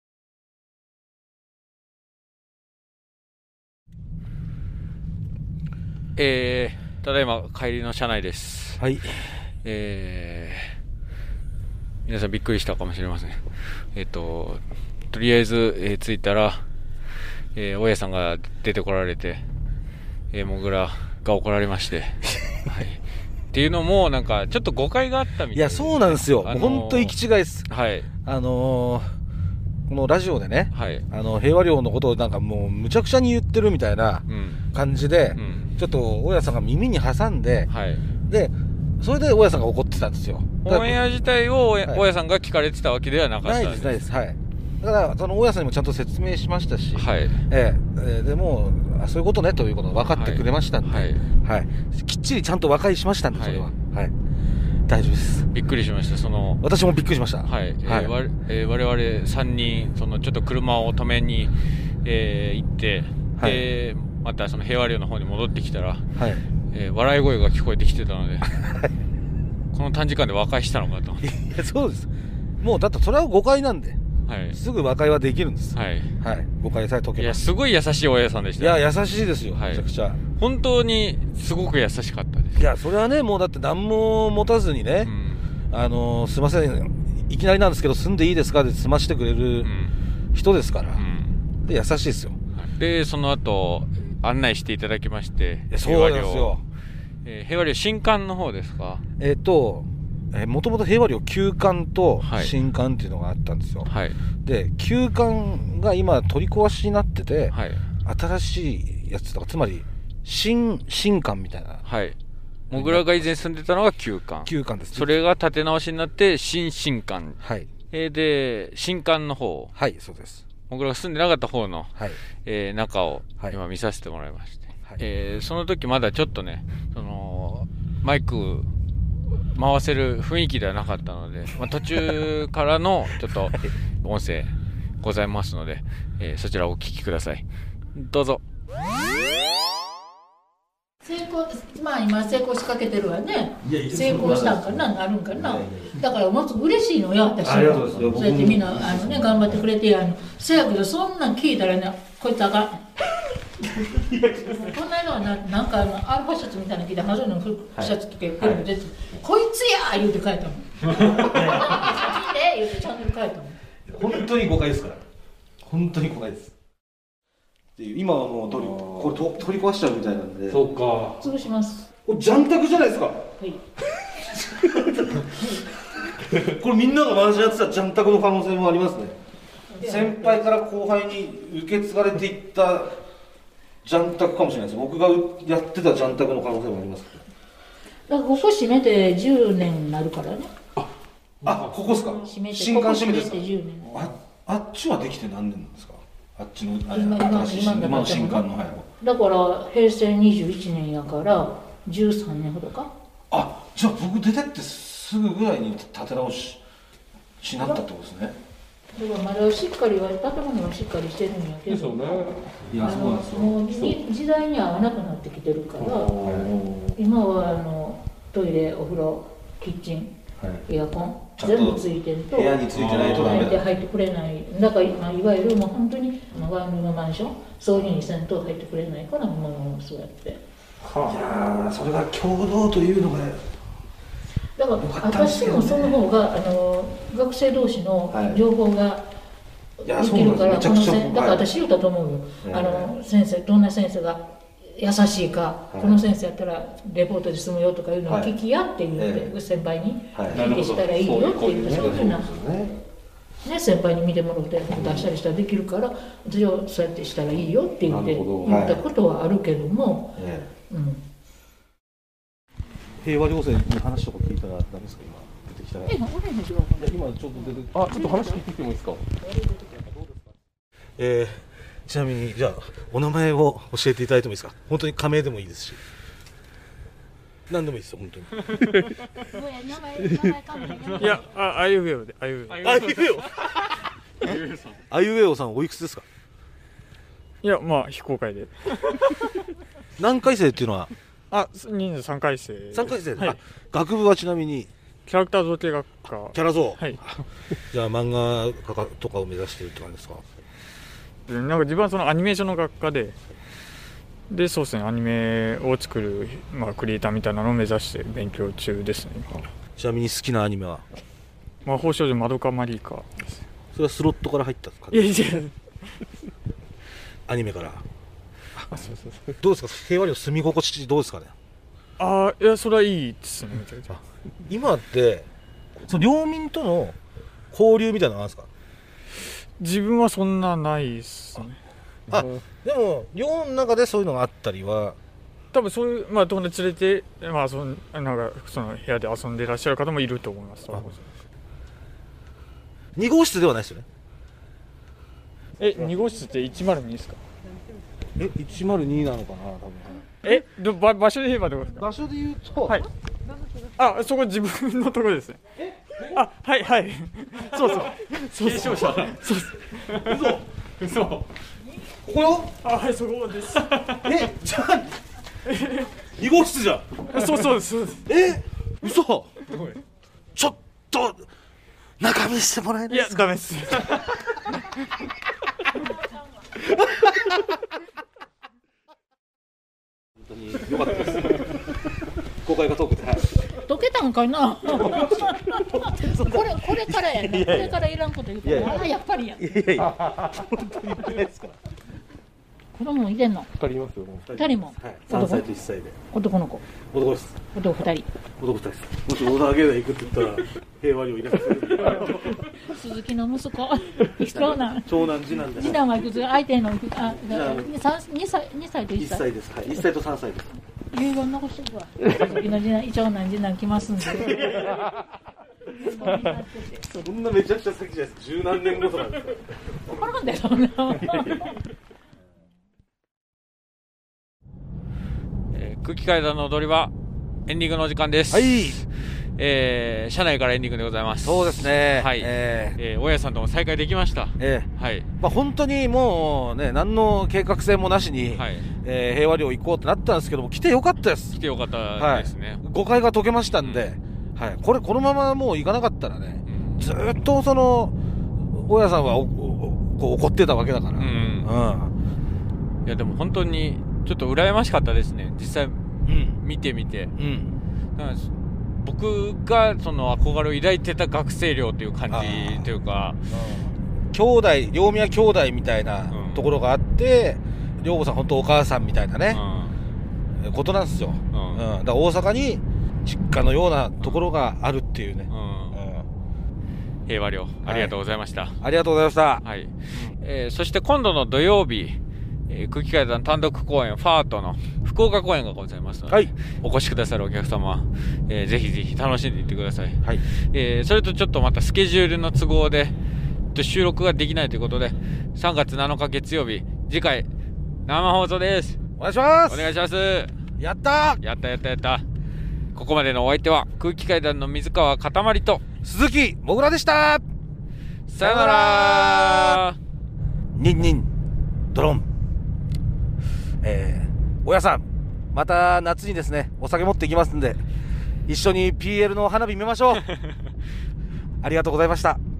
えー、ただいま帰りの車内です。 はい。 えー、皆さんびっくりしたかもしれません。えっと、とりあえず、えー、着いたら、えー、大家さんが出てこられて、えー、もぐらが怒られまして、はい。っていうのも、なんか、ちょっと誤解があったみたいです。 いや、そうなんですよ。あのー、本当行き違いです。 はい。 あのー、このラジオでね、 はい、 あの平和寮のことをなんかもうむちゃくちゃに言ってるみたいな感じで、うんうん、ちょっと大家さんが耳に挟んで、はい、でそれで大家さんが怒ってたんですよ。 オンエア自体を大家さんが聞かれてたわけではなかったんです。 ないですないです。はい。だからその大家さんにもちゃんと説明しましたし、 はい、 ええでもあそういうことねということを分かってくれましたんで、はいはい、きっちりちゃんと和解しましたんで、それは、はいはい、大丈夫です。 びっくりしました。その私もびっくりしました。 はい。はい、えーわえー、我々さんにんそのちょっと車を止めに、えー、行って、はい、でまたその平和寮の方に戻ってきたら、はいえー、笑い声が聞こえてきてたので、この短時間で和解したのかと。いやそうです。もうだってそれは誤解なんで、はい、すぐ和解はできるんです。はいはい。誤解さえ解けば。 いやすごい優しい大家さんでした、 ね。いや優しいですよ。はい、めちゃくちゃ。 本当にすごく優しかったです。 いやそれはねもうだって何も持たずにね。うんあのー、すいませんいきなりなんですけど住んでいいですかで済ましてくれる人ですから、うん、で優しいですよ。 でその後案内していただきまして、 そうなんですよ、 えー、平和寮新館の方ですか。 えっ、ー、ともともと平和寮旧館と新館っていうのがあったんですよ、はい、で旧館が今取り壊しになってて、はい、新しいやつとかつまり新新館みたいな、 はいもぐらが以前住んでたのが旧館。 旧館です。 それが建て直しになって新新館。はい。えー、で新館の方。 はい、そうです。 もぐらが住んでなかった方の、はいえー、中を今見させてもらいまして、はいえー、その時まだちょっとね、そのマイク回せる雰囲気ではなかったので、まあ、途中からのちょっと音声ございますので、えー、そちらをお聞きください。どうぞ。 成功まあ今成功しかけてるわね。成功したんかななるんかな。だからもっと嬉しいのよ私は。そうやってみんなあのね頑張ってくれてやの。せやけどそんなん聞いたらねこいつあかん。この間はななんかあのアルファシャツみたいなの着て初めのシャツ着てくるの出て、こいつや言うて書いたもん。こんな感じで言うてチャンネル書いたもん。本当に誤解ですから。本当に誤解です。今はもう取りこれ取り壊しちゃうみたいなんで。 そうか。 潰します。 これジャンタクじゃないですか。 はい。 これみんながマジやってたジャンタクの可能性もありますね。先輩から後輩に受け継がれていったジャンタクかもしれないです。僕がやってたジャンタクの可能性もあります。 だからここ閉めてじゅうねんになるからね。 あ、あ、ここですか。新館閉めてですか。あ、あっちはできて何年なんですか。あっちのあれ今今今今の新館のはい。 だから平成にじゅういちねんやからじゅうさんねんほどか。 あ、じゃあ僕出てってすぐぐらいに建て直ししなったってことですね。 だからまだしっかりは建物はしっかりしてるんやけど、ね、いやそうなんですよ。もう時代に合わなくなってきてるから、今はあのトイレ、お風呂、キッチン、はい、エアコン全部ついてると部屋についてないとダメだ。 入ってくれない。だから今いわゆるもう本当にワンルームマンション、そういうにせんと入ってくれないからもうそうやって。 はあ、いやそれが共同というのが。 だから私もその方があの学生同士の情報ができるから、はい、このせだから私言うたと思うよ、はい、あの先生どんな先生が優しいか、はい、この先生やったらレポートで済むよとかいうのを聞きやって言って、はい、先輩に聞いてしたらいいよって言って、そういうふうな、ね、先輩に見てもらって出したりしたらできるから私はそうやってしたらいいよって言って言ったことはあるけども、はい、うん平和行政に話とか聞いたら何ですか今出てきたら。今ちょっと出てあちょっと話聞いてきてもいいですか。えー、ちなみにじゃあお名前を教えていただいてもいいですか。本当に仮名でもいいですし。何でもいいですよ本当に。 いやああいうえおであいうえお。 あいうえお。あいうえおさんおいくつですか。 いやまあ非公開で。 何回生っていうのは。 あ、人数さんかい生。 さんかい生、 はい、 学部はちなみにキャラクター造形学科。 キャラ造。 はい。 じゃあ漫画家とかを目指しているって感じですか。 なんか自分はそのアニメーションの学科で、でそうですねアニメを作るまあクリエイターみたいなのを目指して勉強中ですね。 ちなみに好きなアニメは。 魔法少女まどかマリカです。 それはスロットから入った感じ。いやいや。 アニメから。どうですか平和寮住み心地どうですかね。 ああいやそれはいいですね。 今ってその領民との交流みたいなのあるんですか。 自分はそんなないっすね。 あ、あでも寮の中でそういうのがあったりは多分そういうまあ友達連れてまあそのなんかその部屋で遊んでいらっしゃる方もいると思います。 に号室ではないですよね。 えに号室っていちまるにですか。 えいちまるになのかな多分。 えどば場所で言えばどこですか。 場所で言うと、 はい、あそこ自分のところですね。えあはいはいそうそうそう継承者そう嘘嘘ここよ。 あはいそこですえじゃあに号室じゃん。 そうそうですそうです。 え嘘ちょっと中見してもらえないですか。 いやダメです本当に良かったです公開が遠くて、はい、 溶けたんかなこれこれからやな。これからいらんこと言うからあやっぱりや。 いやいやいや本当に言ってないですから子供いてんの。 ふたりいますよ。 ふたりも、 はい、さんさいといっさいで。 男の子。 男です。 男ふたり。 男ふたりです。もしオーダーゲーで行くって言ったら平和にいなくて鈴木の息子長男長男次男です。 次男はいくつ。相手のあにさいにさいといっさい。 いっさいです。はい、いっさいとさんさいです。 遺言残してくわ。鈴木の次男長男次男来ますんでそんなめちゃくちゃ先じゃないですか。十何年後とかですか。 分からんだよそんな空気階段の踊り場エンディングのお時間です。 はい、 えー、車内からエンディングでございます。 そうですね。 はい。えー、えー、大家さんとも再会できました。 えー、 はい。 まあ本当にもうね何の計画性もなしに、はい、えー、平和寮行こうってなったんですけども来てよかったです。 来てよかったですね。はい、 誤解が解けましたんで、うん、はい。これこのままもう行かなかったらね、うん、ずっとその大家さんはおおこう怒ってたわけだから。うん。うん、 いやでも本当に。ちょっと羨ましかったですね実際、うん、見てみて、うん、だから僕がその憧れを抱いてた学生寮という感じというか、 うん、兄弟両宮兄弟みたいなところがあって、うん、寮母さん本当お母さんみたいなね、うん、ことなんですよ、うんうん、だから大阪に実家のようなところがあるっていうね、うんうん、平和寮ありがとうございました、 はい、ありがとうございました、 はい、えー、そして今度の土曜日、えー、空気階段単独公演ファートの福岡公演がございますので、はい、お越しくださるお客様、えー、ぜひぜひ楽しんでいってください、はい、えー、それとちょっとまたスケジュールの都合で収録ができないということでさんがつなのか月曜日次回生放送です。 お願いします。 お願いします。 やったやったやったやったここまでのお相手は空気階段の水川かたまりと鈴木もぐらでした。 さよなら。 ニンニンドロン。えー、おやさんまた夏にですねお酒持っていきますんで一緒に ピーエル の花火見ましょうありがとうございました。